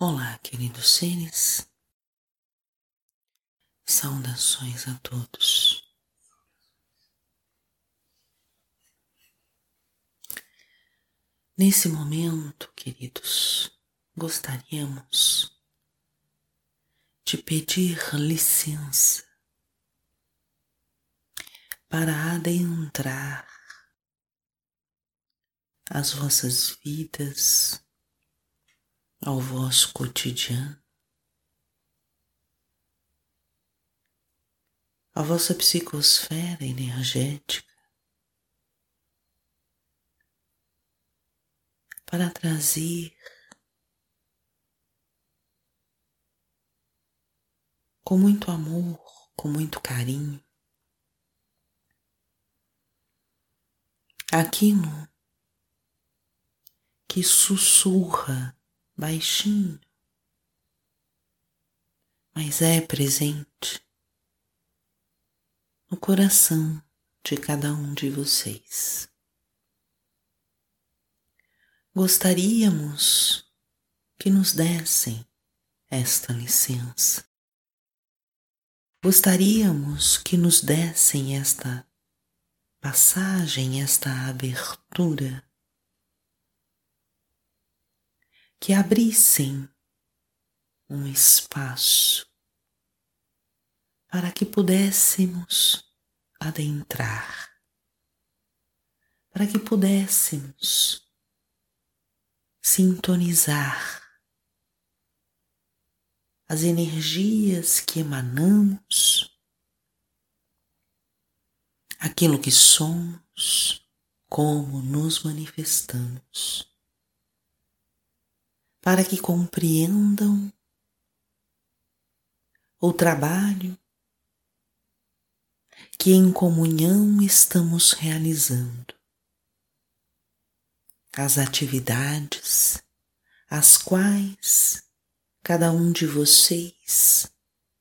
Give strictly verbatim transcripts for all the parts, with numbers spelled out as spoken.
Olá, queridos seres, saudações a todos. Nesse momento, queridos, gostaríamos de pedir licença para adentrar as vossas vidas, ao vosso cotidiano, a vossa psicosfera energética, para trazer com muito amor, com muito carinho, aquilo que sussurra baixinho, mas é presente no coração de cada um de vocês. Gostaríamos que nos dessem esta licença. Gostaríamos que nos dessem esta passagem, esta abertura, que abrissem um espaço para que pudéssemos adentrar, para que pudéssemos sintonizar as energias que emanamos, aquilo que somos, como nos manifestamos, para que compreendam o trabalho que em comunhão estamos realizando, as atividades as quais cada um de vocês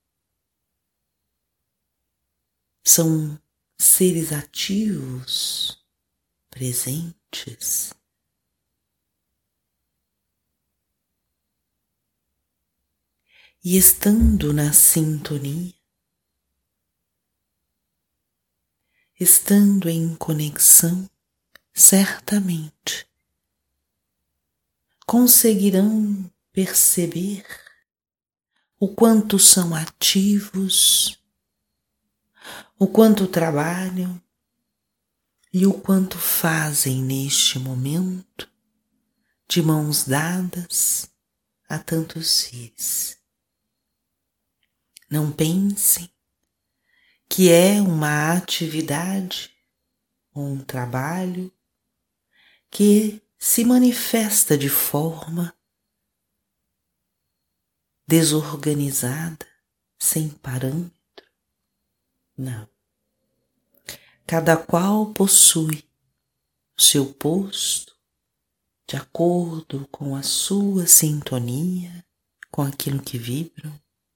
são seres ativos, presentes, e estando na sintonia, estando em conexão, certamente conseguirão perceber o quanto são ativos, o quanto trabalham e o quanto fazem neste momento de mãos dadas a tantos seres. Não pensem que é uma atividade ou um trabalho que se manifesta de forma desorganizada, sem parâmetro. Não. Cada qual possui o seu posto de acordo com a sua sintonia, com aquilo que vibram,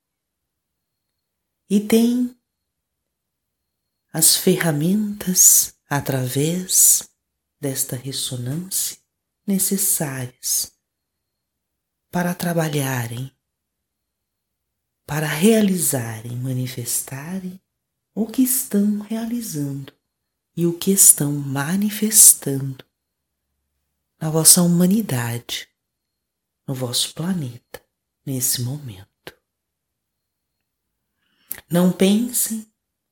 e tem as ferramentas através desta ressonância necessárias para trabalharem, para realizarem, manifestarem o que estão realizando e o que estão manifestando na vossa humanidade, no vosso planeta, nesse momento. Não pensem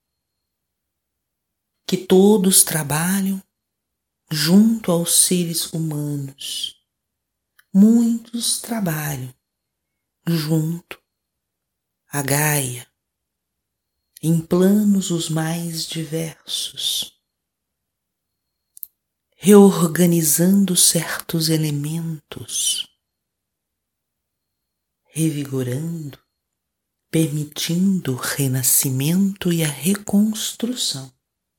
que todos trabalham junto aos seres humanos. Muitos trabalham junto a Gaia, em planos os mais diversos, reorganizando certos elementos, revigorando, permitindo o renascimento e a reconstrução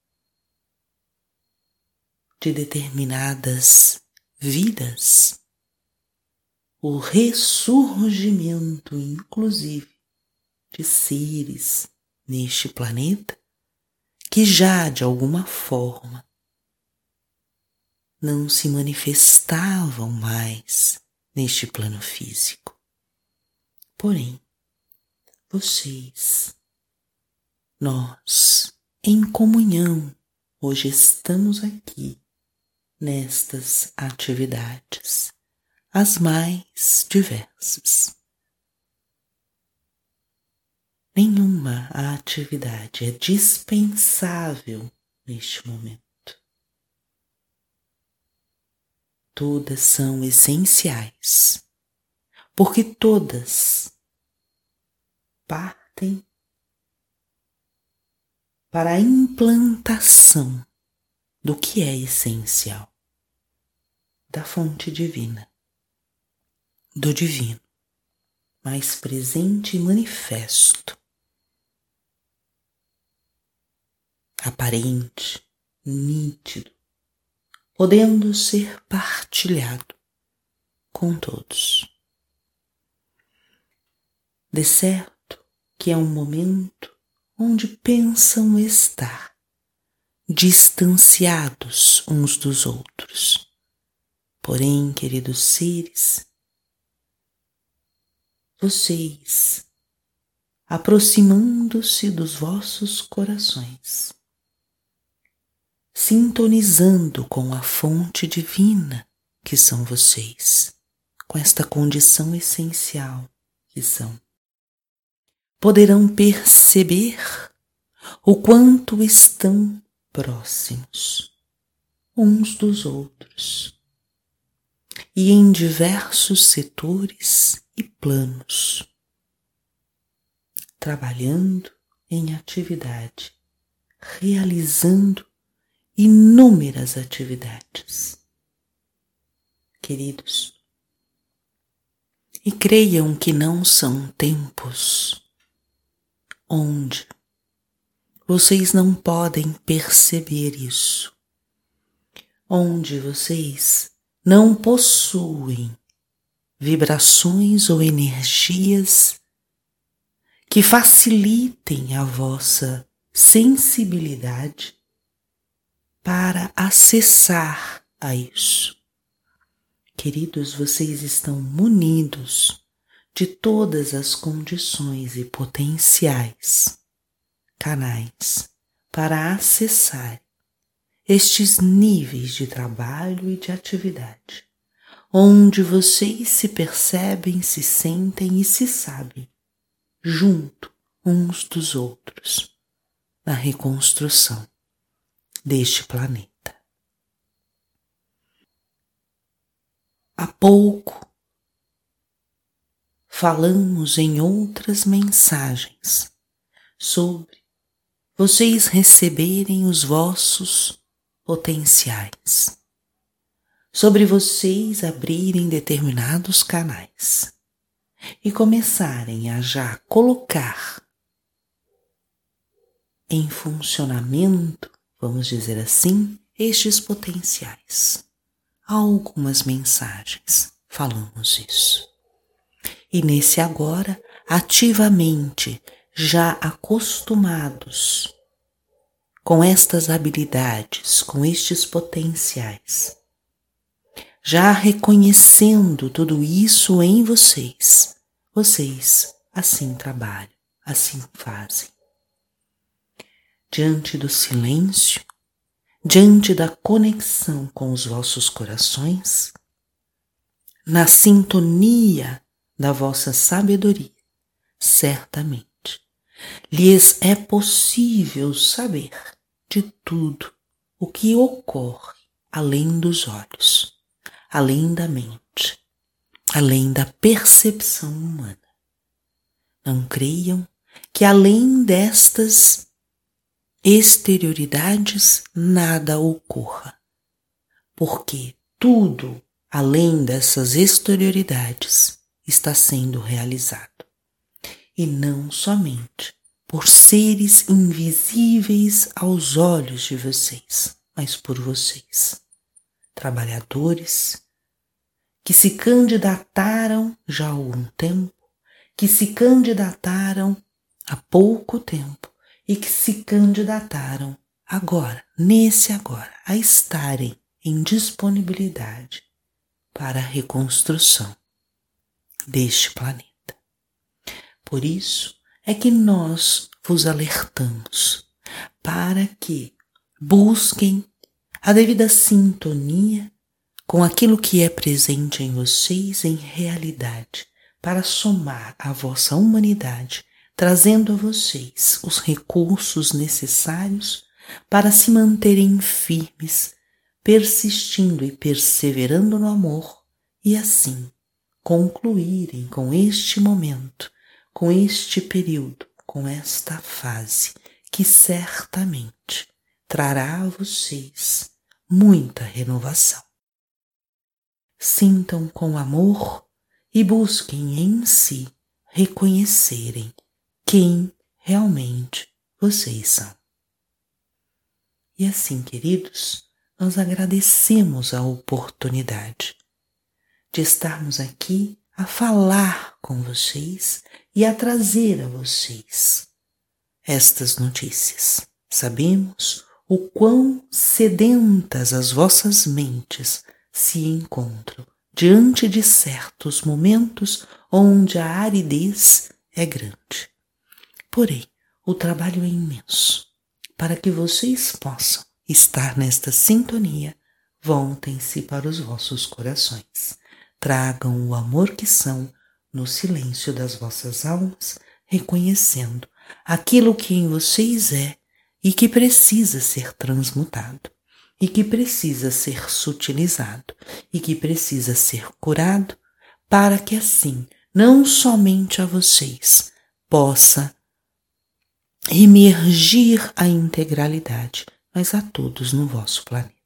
de determinadas vidas, o ressurgimento, inclusive, de seres neste planeta que já, de alguma forma, não se manifestavam mais neste plano físico. porém, vocês, nós, em comunhão, hoje estamos aqui nestas atividades, as mais diversas. Nenhuma atividade é dispensável neste momento. Todas são essenciais, porque todas partem para a implantação do que é essencial, da fonte divina, do divino, mais presente e manifesto, aparente, nítido, podendo ser partilhado com todos. De certo que é um momento onde pensam estar distanciados uns dos outros. Porém, queridos seres, vocês, aproximando-se dos vossos corações, sintonizando com a fonte divina que são vocês, com esta condição essencial que são, poderão perceber o quanto estão próximos uns dos outros e em diversos setores e planos, trabalhando em atividade, realizando inúmeras atividades. Queridos, e creiam que não são tempos onde vocês não podem perceber isso, onde vocês não possuem vibrações ou energias que facilitem a vossa sensibilidade para acessar a isso. Queridos, vocês estão munidos de todas as condições e potenciais canais para acessar estes níveis de trabalho e de atividade, onde vocês se percebem, se sentem e se sabem junto uns dos outros na reconstrução deste planeta. Há pouco falamos em outras mensagens sobre vocês receberem os vossos potenciais, sobre vocês abrirem determinados canais e começarem a já colocar em funcionamento, vamos dizer assim, estes potenciais. Há algumas mensagens falamos isso. E nesse agora, ativamente, já acostumados com estas habilidades, com estes potenciais, já reconhecendo tudo isso em vocês, vocês assim trabalham, assim fazem. Diante do silêncio, diante da conexão com os vossos corações, na sintonia da vossa sabedoria, certamente lhes é possível saber de tudo o que ocorre além dos olhos, além da mente, além da percepção humana. Não creiam que além destas exterioridades nada ocorra, porque tudo além dessas exterioridades está sendo realizado, e não somente por seres invisíveis aos olhos de vocês, mas por vocês, trabalhadores que se candidataram já há algum tempo, que se candidataram há pouco tempo e que se candidataram agora, nesse agora, a estarem em disponibilidade para a reconstrução deste planeta. Por isso é que nós vos alertamos para que busquem a devida sintonia com aquilo que é presente em vocês em realidade, para somar a vossa humanidade, trazendo a vocês os recursos necessários para se manterem firmes, persistindo e perseverando no amor e assim concluírem com este momento, com este período, com esta fase que certamente trará a vocês muita renovação. Sintam com amor e busquem em si reconhecerem quem realmente vocês são. E assim, queridos, nós agradecemos a oportunidade de estarmos aqui a falar com vocês e a trazer a vocês estas notícias. Sabemos o quão sedentas as vossas mentes se encontram diante de certos momentos onde a aridez é grande. Porém, o trabalho é imenso. Para que vocês possam estar nesta sintonia, voltem-se para os vossos corações. Tragam o amor que são no silêncio das vossas almas, reconhecendo aquilo que em vocês é e que precisa ser transmutado, e que precisa ser sutilizado, e que precisa ser curado, para que assim, não somente a vocês, possa emergir a integralidade, mas a todos no vosso planeta.